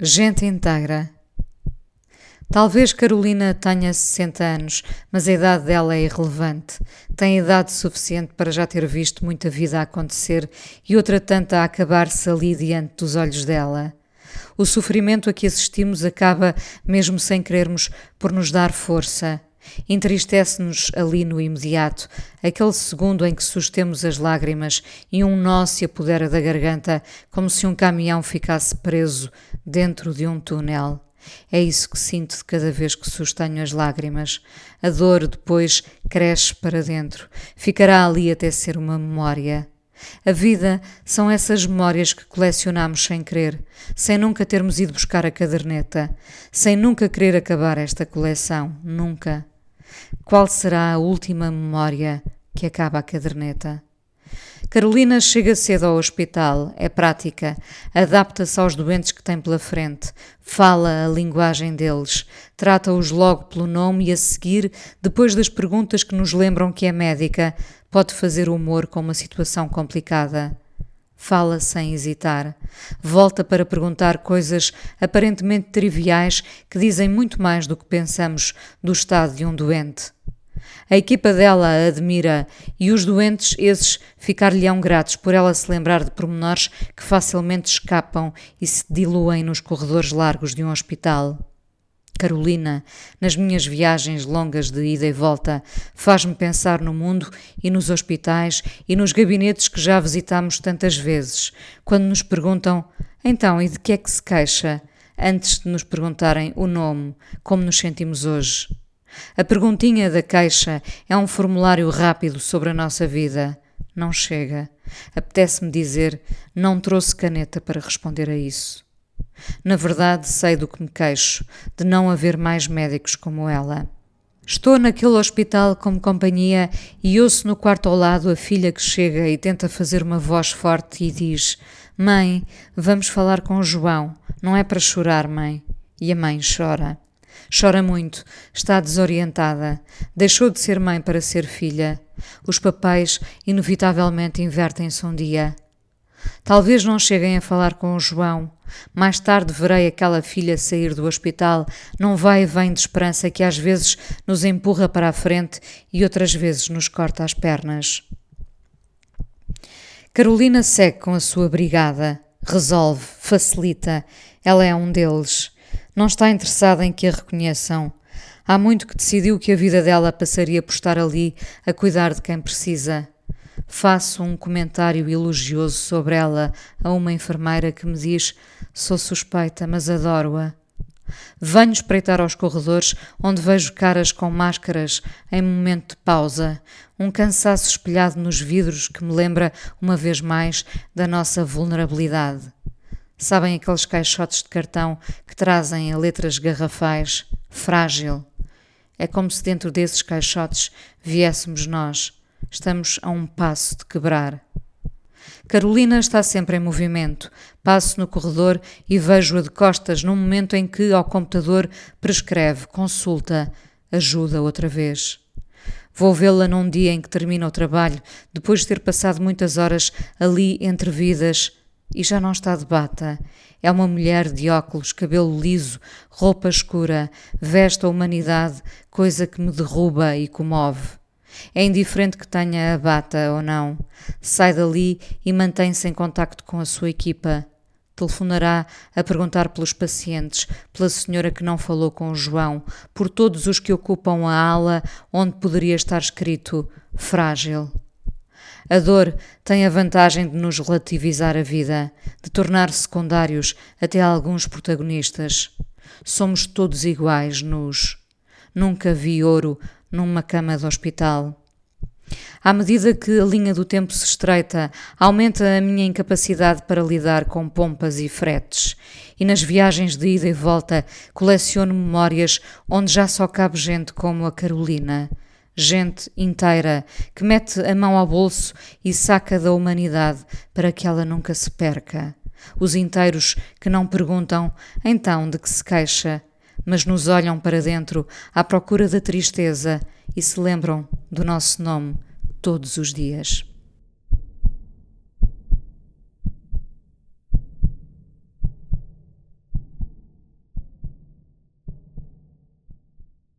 Gente inteira. Talvez Carolina tenha 60 anos, mas a idade dela é irrelevante. Tem idade suficiente para já ter visto muita vida a acontecer e outra tanta a acabar-se ali diante dos olhos dela. O sofrimento a que assistimos acaba, mesmo sem querermos, por nos dar força. Entristece-nos ali no imediato, aquele segundo em que sustemos as lágrimas e um nó se apodera da garganta, como se um caminhão ficasse preso dentro de um túnel. É isso que sinto de cada vez que sustenho as lágrimas. A dor depois cresce para dentro, ficará ali até ser uma memória. A vida são essas memórias que colecionamos sem querer, sem nunca termos ido buscar a caderneta, sem nunca querer acabar esta coleção, nunca. Qual será a última memória que acaba a caderneta? Carolina chega cedo ao hospital, é prática, adapta-se aos doentes que tem pela frente, fala a linguagem deles, trata-os logo pelo nome e a seguir, depois das perguntas que nos lembram que é médica, pode fazer humor com uma situação complicada. Fala sem hesitar. Volta para perguntar coisas aparentemente triviais que dizem muito mais do que pensamos do estado de um doente. A equipa dela a admira e os doentes, esses, ficar-lhe-ão gratos por ela se lembrar de pormenores que facilmente escapam e se diluem nos corredores largos de um hospital. Carolina, nas minhas viagens longas de ida e volta, faz-me pensar no mundo e nos hospitais e nos gabinetes que já visitamos tantas vezes, quando nos perguntam, então, e de que é que se queixa? Antes de nos perguntarem o nome, como nos sentimos hoje. A perguntinha da queixa é um formulário rápido sobre a nossa vida. Não chega. Apetece-me dizer, não trouxe caneta para responder a isso. Na verdade, sei do que me queixo, de não haver mais médicos como ela. Estou naquele hospital como companhia e ouço no quarto ao lado a filha que chega e tenta fazer uma voz forte e diz: "Mãe, vamos falar com o João. Não é para chorar, mãe." E a mãe chora. Chora muito, está desorientada, deixou de ser mãe para ser filha. Os papéis inevitavelmente invertem-se um dia. Talvez não cheguem a falar com o João. Mais tarde verei aquela filha sair do hospital, num vai e vem de esperança que às vezes nos empurra para a frente e outras vezes nos corta as pernas. Carolina segue com a sua brigada, resolve, facilita, ela é um deles. Não está interessada em que a reconheçam. Há muito que decidiu que a vida dela passaria por estar ali a cuidar de quem precisa. Faço um comentário elogioso sobre ela a uma enfermeira que me diz: "Sou suspeita, mas adoro-a." Venho espreitar aos corredores onde vejo caras com máscaras em momento de pausa, um cansaço espelhado nos vidros que me lembra, uma vez mais, da nossa vulnerabilidade. Sabem aqueles caixotes de cartão que trazem a letras garrafais? Frágil. É como se dentro desses caixotes viéssemos nós. Estamos a um passo de quebrar. Carolina está sempre em movimento. Passo no corredor e vejo-a de costas num momento em que, ao computador, prescreve, consulta, ajuda outra vez. Vou vê-la num dia em que termina o trabalho, depois de ter passado muitas horas ali entre vidas, e já não está de bata. É uma mulher de óculos, cabelo liso, roupa escura, veste a humanidade, coisa que me derruba e comove. É indiferente que tenha a bata ou não. Sai dali e mantém-se em contacto com a sua equipa. Telefonará a perguntar pelos pacientes, pela senhora que não falou com o João, por todos os que ocupam a ala onde poderia estar escrito frágil. A dor tem a vantagem de nos relativizar a vida, de tornar secundários até alguns protagonistas. Somos todos iguais nus. Nunca vi ouro numa cama de hospital. À medida que a linha do tempo se estreita, aumenta a minha incapacidade para lidar com pompas e fretes. E nas viagens de ida e volta coleciono memórias onde já só cabe gente como a Carolina. Gente inteira que mete a mão ao bolso e saca da humanidade para que ela nunca se perca. Os inteiros que não perguntam então de que se queixa, mas nos olham para dentro à procura da tristeza e se lembram do nosso nome todos os dias.